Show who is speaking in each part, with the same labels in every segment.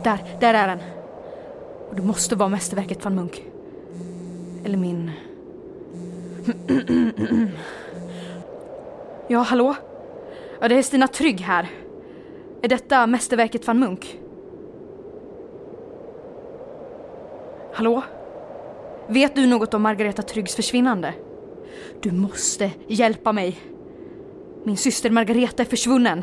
Speaker 1: Där är den. Och det måste vara mästerverket van Munk. Eller min... Ja, hallå? Ja, det är Stina Trygg här. Är detta mästerverket van Munk? Hallå? Vet du något om Margareta Tryggs försvinnande? Du måste hjälpa mig. Min syster Margareta är försvunnen.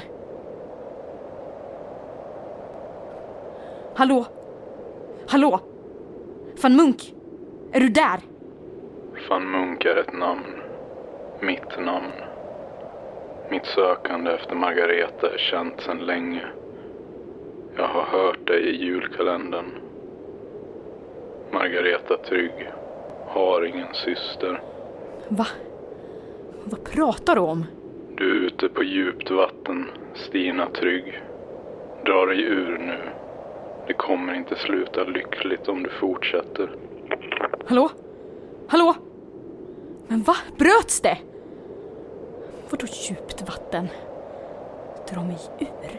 Speaker 1: Hallå? Hallå? Van Munk? Är du där?
Speaker 2: Van Munk är ett namn. Mitt namn. Mitt sökande efter Margareta är känt sedan länge. Jag har hört dig i julkalendern. Margareta Trygg har ingen syster.
Speaker 1: Va? Vad pratar du om?
Speaker 2: Du är ute på djupt vatten, Stina Trygg. Dra dig ur nu. Det kommer inte sluta lyckligt om du fortsätter.
Speaker 1: Hallå? Hallå? Men va? Bröts det? Vadå djupt vatten? Dra mig ur?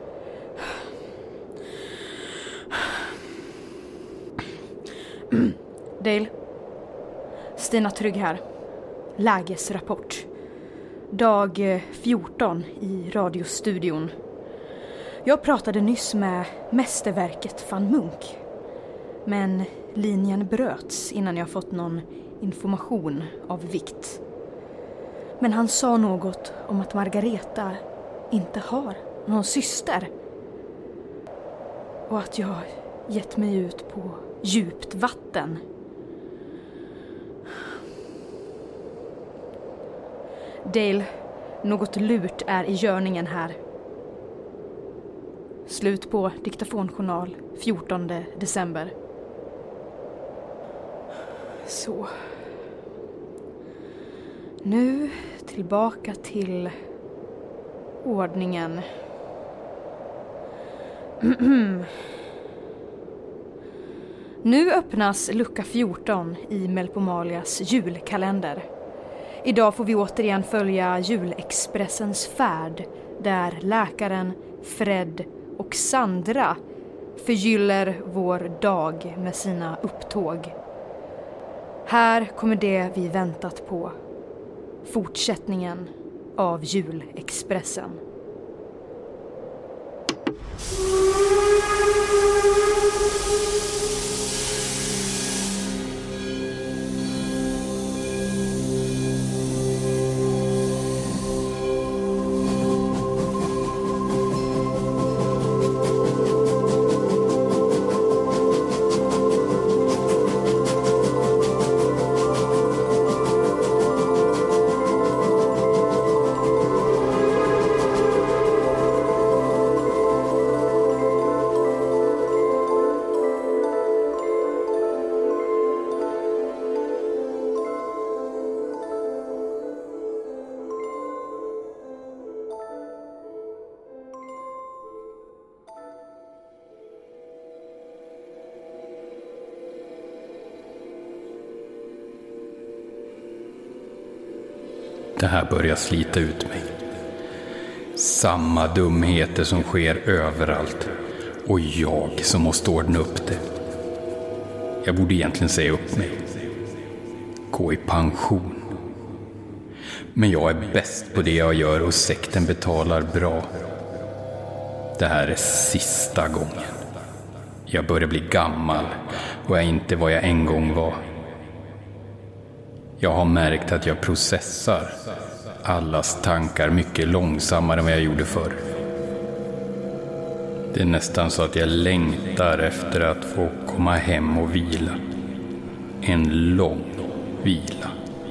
Speaker 1: Dale. Stina Trygg här. Lägesrapport. Dag 14 i radiostudion. Jag pratade nyss med mästerverket van Munk. Men linjen bröts innan jag fått någon information av vikt. Men han sa något om att Margareta inte har någon syster. Och att jag gett mig ut på djupt vatten. Dale, något lurt är i görningen här. Slut på diktafonjournal 14 december. Så. Nu tillbaka till ordningen. Nu öppnas lucka 14 i Melpomalias julkalender. Idag får vi återigen följa julexpressens färd där läkaren, Fred och Sandra förgyller vår dag med sina upptåg. Här kommer det vi väntat på. Fortsättningen av julexpressen.
Speaker 3: Det här börjar slita ut mig. Samma dumheter som sker överallt. Och jag som måste ordna upp det. Jag borde egentligen säga upp mig. Gå i pension. Men jag är bäst på det jag gör och sekten betalar bra. Det här är sista gången. Jag börjar bli gammal och är inte vad jag en gång var. Jag har märkt att jag processar allas tankar mycket långsammare än vad jag gjorde förr. Det är nästan så att jag längtar efter att få komma hem och vila. En lång vila.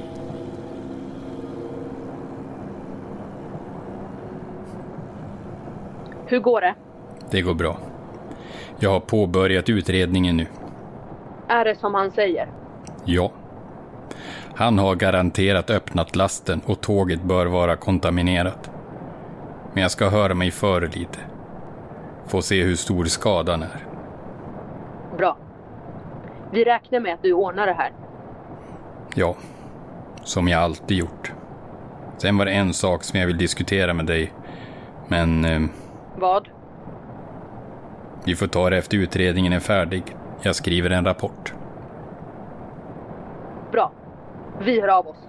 Speaker 4: Hur går det?
Speaker 3: Det går bra. Jag har påbörjat utredningen nu.
Speaker 4: Är det som han säger?
Speaker 3: Ja. Han har garanterat öppnat lasten och tåget bör vara kontaminerat. Men jag ska höra mig för lite. Få se hur stor skadan är.
Speaker 4: Bra. Vi räknar med att du ordnar det här.
Speaker 3: Ja, som jag alltid gjort. Sen var det en sak som jag vill diskutera med dig. Men...
Speaker 4: Vad?
Speaker 3: Vi får ta det efter utredningen är färdig. Jag skriver en rapport.
Speaker 4: Bra. Vi hör av oss.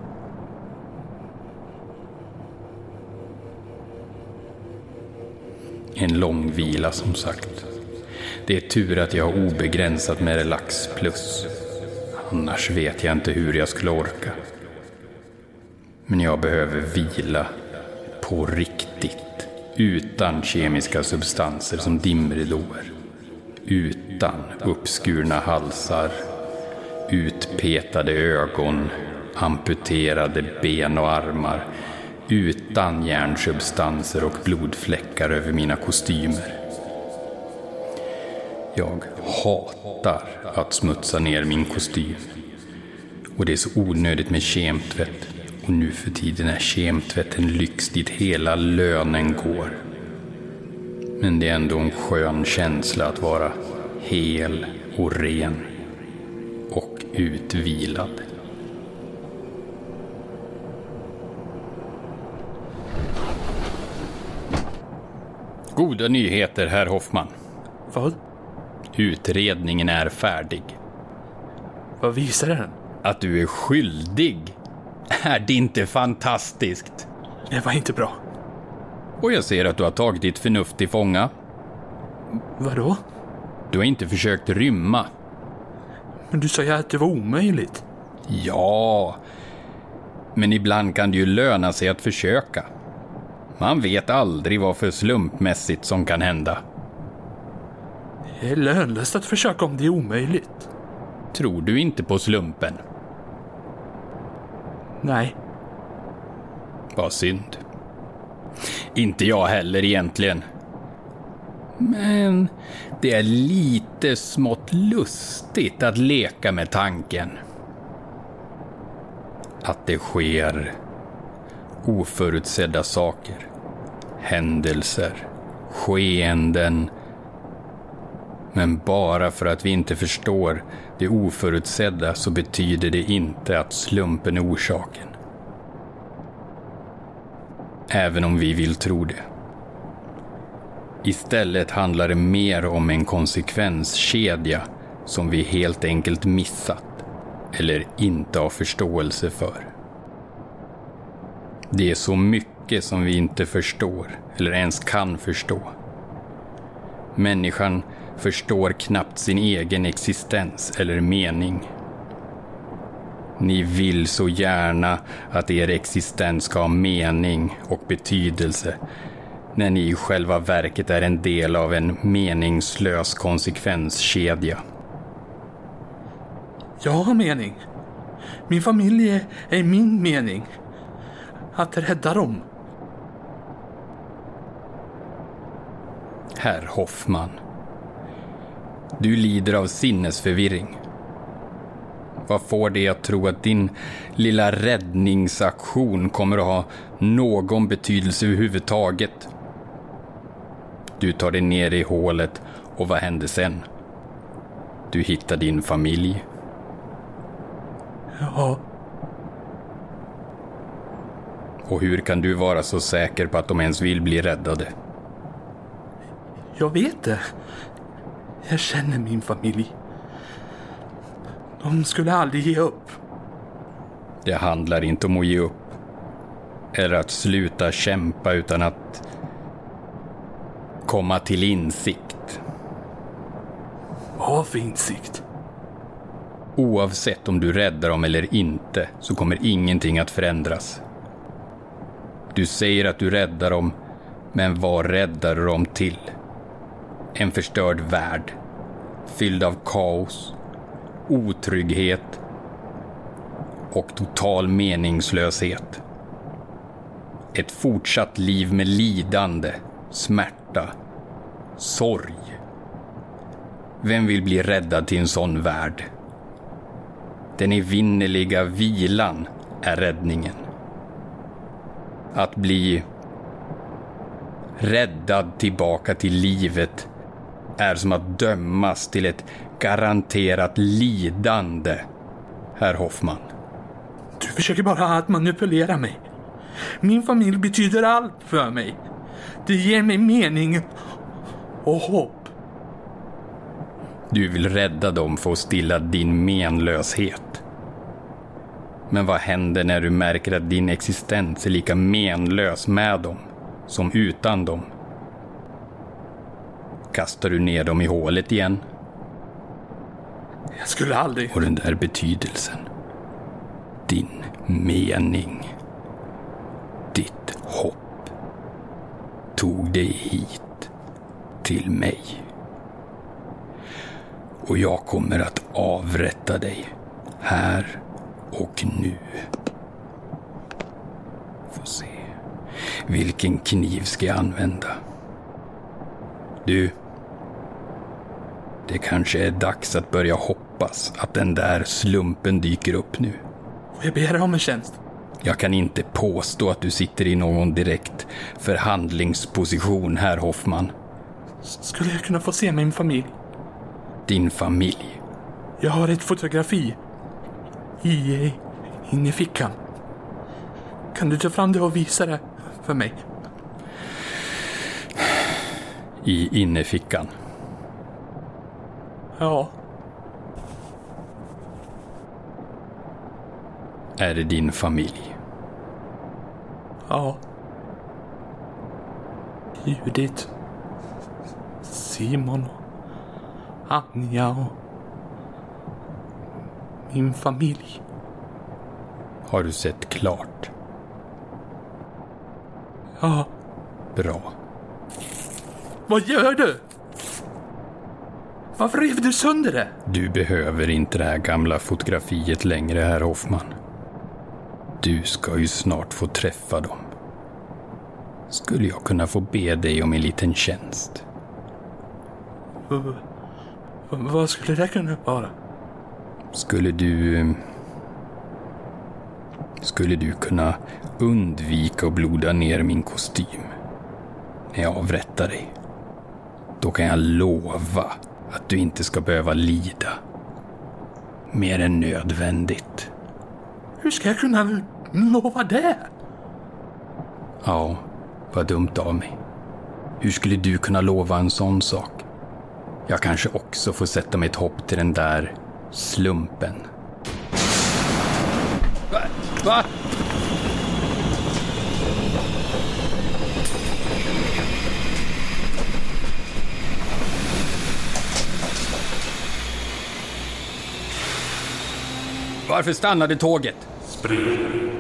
Speaker 3: En lång vila som sagt. Det är tur att jag har obegränsat med relax plus. Annars vet jag inte hur jag skulle orka. Men jag behöver vila på riktigt. Utan kemiska substanser som dimridåer. Utan uppskurna halsar. Utpetade ögon. Amputerade ben och armar. Utan järnsubstanser och blodfläckar över mina kostymer. Jag hatar att smutsa ner min kostym. Och det är så onödigt med kemtvätt. Och nu för tiden är kemtvätt en lyx dit hela lönen går. Men det är ändå en skön känsla att vara hel och ren. Och utvilad. Goda nyheter, herr Hoffman.
Speaker 5: Vad?
Speaker 3: Utredningen är färdig.
Speaker 5: Vad visar den?
Speaker 3: Att du är skyldig. Är det inte fantastiskt?
Speaker 5: Det var inte bra.
Speaker 3: Och jag ser att du har tagit ditt förnuft till fånga.
Speaker 5: Vadå?
Speaker 3: Du har inte försökt rymma.
Speaker 5: Men du sa ju att det var omöjligt.
Speaker 3: Ja, men ibland kan det ju löna sig att försöka. Man vet aldrig vad för slumpmässigt som kan hända.
Speaker 5: Det är lönlöst att försöka om det är omöjligt.
Speaker 3: Tror du inte på slumpen?
Speaker 5: Nej.
Speaker 3: Vad synd. Inte jag heller egentligen. Men det är lite smått lustigt att leka med tanken. Att det sker oförutsedda saker. Händelser. Skeenden. Men bara för att vi inte förstår det oförutsedda så betyder det inte att slumpen är orsaken. Även om vi vill tro det. Istället handlar det mer om en konsekvenskedja som vi helt enkelt missat eller inte har förståelse för. Det är så mycket som vi inte förstår eller ens kan förstå. Människan förstår knappt sin egen existens eller mening. Ni vill så gärna att er existens ska ha mening och betydelse när ni i själva verket är en del av en meningslös konsekvenskedja.
Speaker 5: Jag har mening. Min familj är min mening. Att rädda dem.
Speaker 3: Herr Hoffman. Du lider av sinnesförvirring. Vad får dig att tro att din lilla räddningsaktion kommer att ha någon betydelse överhuvudtaget? Du tar dig ner i hålet och vad händer sen? Du hittar din familj.
Speaker 5: Ja.
Speaker 3: Och hur kan du vara så säker på att de ens vill bli räddade?
Speaker 5: Jag vet det. Jag känner min familj. De skulle aldrig ge upp.
Speaker 3: Det handlar inte om att ge upp. Eller att sluta kämpa utan att komma till insikt.
Speaker 5: Vad för insikt?
Speaker 3: Oavsett om du räddar dem eller inte så kommer ingenting att förändras. Du säger att du räddar dem, men vad räddar du dem till? En förstörd värld, fylld av kaos, otrygghet och total meningslöshet. Ett fortsatt liv med lidande, smärta, sorg. Vem vill bli räddad till en sån värld? Den evinnerliga vilan är räddningen. Att bli räddad tillbaka till livet är som att dömas till ett garanterat lidande, herr Hoffman.
Speaker 5: Du försöker bara att manipulera mig. Min familj betyder allt för mig. Det ger mig mening och hopp.
Speaker 3: Du vill rädda dem för att stilla din menlöshet. Men vad händer när du märker att din existens är lika menlös med dem som utan dem? Kastar du ner dem i hålet igen?
Speaker 5: Jag skulle aldrig...
Speaker 3: Och den där betydelsen. Din mening. Ditt hopp. Tog dig hit. Till mig. Och jag kommer att avrätta dig. Här och nu. Får se. Vilken kniv ska jag använda? Du. Det kanske är dags att börja hoppas att den där slumpen dyker upp nu.
Speaker 5: Och jag ber om en tjänst.
Speaker 3: Jag kan inte påstå att du sitter i någon direkt förhandlingsposition här, Hoffman.
Speaker 5: Skulle jag kunna få se min familj?
Speaker 3: Din familj?
Speaker 5: Jag har ett fotografi. Inne i fickan. Kan du ta fram det och visa det för mig?
Speaker 3: I innefickan?
Speaker 5: Ja.
Speaker 3: Är det din familj?
Speaker 5: Ja. Judith. Simon. Anja och min familj.
Speaker 3: Har du sett klart?
Speaker 5: Ja.
Speaker 3: Bra.
Speaker 5: Vad gör du? Varför rev du sönder det?
Speaker 3: Du behöver inte det här gamla fotografiet längre, herr Hoffman. Du ska ju snart få träffa dem. Skulle jag kunna få be dig om en liten tjänst?
Speaker 5: Vad skulle det kunna vara?
Speaker 3: Skulle du kunna undvika att bloda ner min kostym när jag avrättar dig? Då kan jag lova att du inte ska behöva lida mer än nödvändigt.
Speaker 5: Hur ska jag kunna lova det?
Speaker 3: Ja, vad dumt av mig. Hur skulle du kunna lova en sån sak? Jag kanske också får sätta mig ett hopp till den där slumpen. Va? Varför stannade tåget?
Speaker 5: Spring.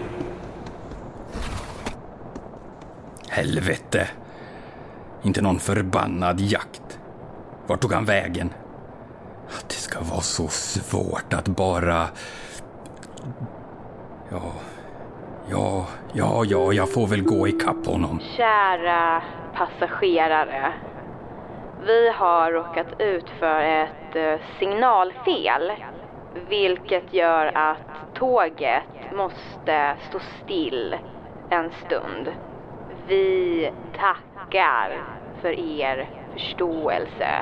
Speaker 3: Helvete. Inte någon förbannad jakt. Vart tog han vägen? Att det ska vara så svårt att bara... Ja, jag får väl gå i kapp honom.
Speaker 6: Kära passagerare. Vi har råkat ut för ett signalfel. Vilket gör att tåget måste stå still en stund. Vi tackar för er förståelse.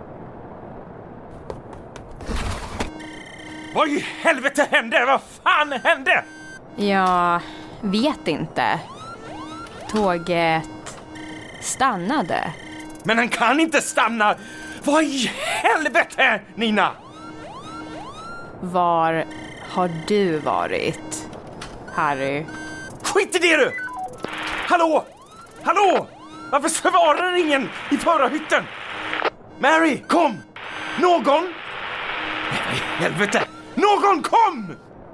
Speaker 7: Vad i helvete hände? Vad fan hände?
Speaker 1: Jag vet inte. Tåget stannade.
Speaker 7: Men han kan inte stanna. Vad i helvete, Nina?
Speaker 1: Var har du varit, Harry?
Speaker 7: Skit i det du! Hallå! Varför svarar ingen i förarhytten? Mary, kom! Någon? Nej, vad i helvete? Någon kom!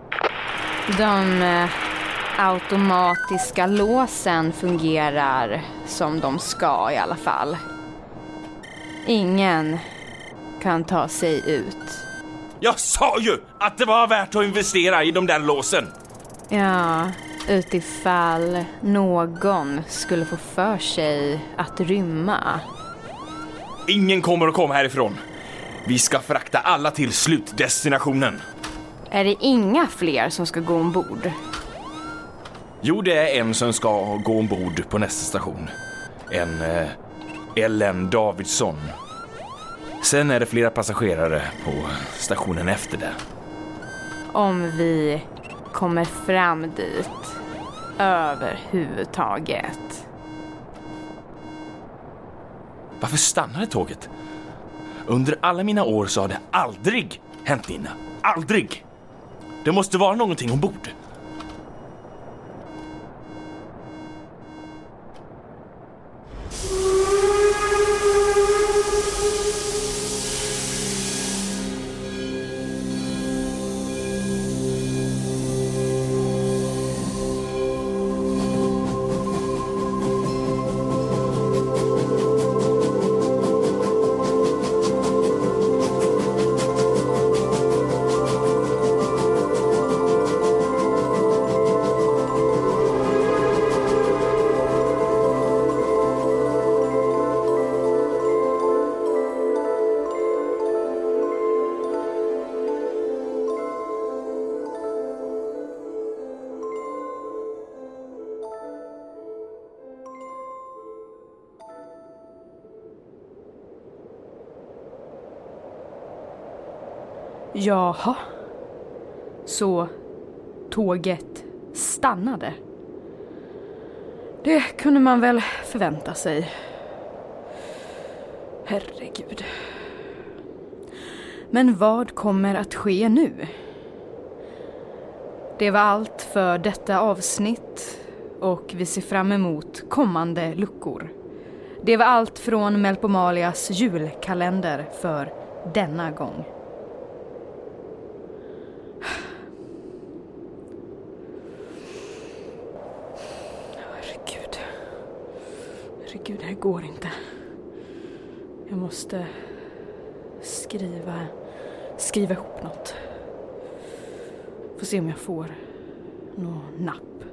Speaker 1: De automatiska låsen fungerar som de ska i alla fall. Ingen kan ta sig ut.
Speaker 7: Jag sa ju att det var värt att investera i de där låsen.
Speaker 1: Ja, utifall någon skulle få för sig att rymma.
Speaker 7: Ingen kommer att komma härifrån. Vi ska frakta alla till slutdestinationen.
Speaker 1: Är det inga fler som ska gå ombord?
Speaker 7: Jo, det är en som ska gå ombord på nästa station. En Ellen Davidsson. Sen är det flera passagerare på stationen efter det.
Speaker 1: Om vi kommer fram dit överhuvudtaget.
Speaker 7: Varför stannade tåget? Under alla mina år så har det aldrig hänt, Nina. Aldrig! Det måste vara någonting ombord.
Speaker 1: Jaha. Så tåget stannade. Det kunde man väl förvänta sig. Herregud. Men vad kommer att ske nu? Det var allt för detta avsnitt och vi ser fram emot kommande luckor. Det var allt från Melpomalias julkalender för denna gång. Herregud, det här går inte. Jag måste skriva ihop något. Får se om jag får någon napp.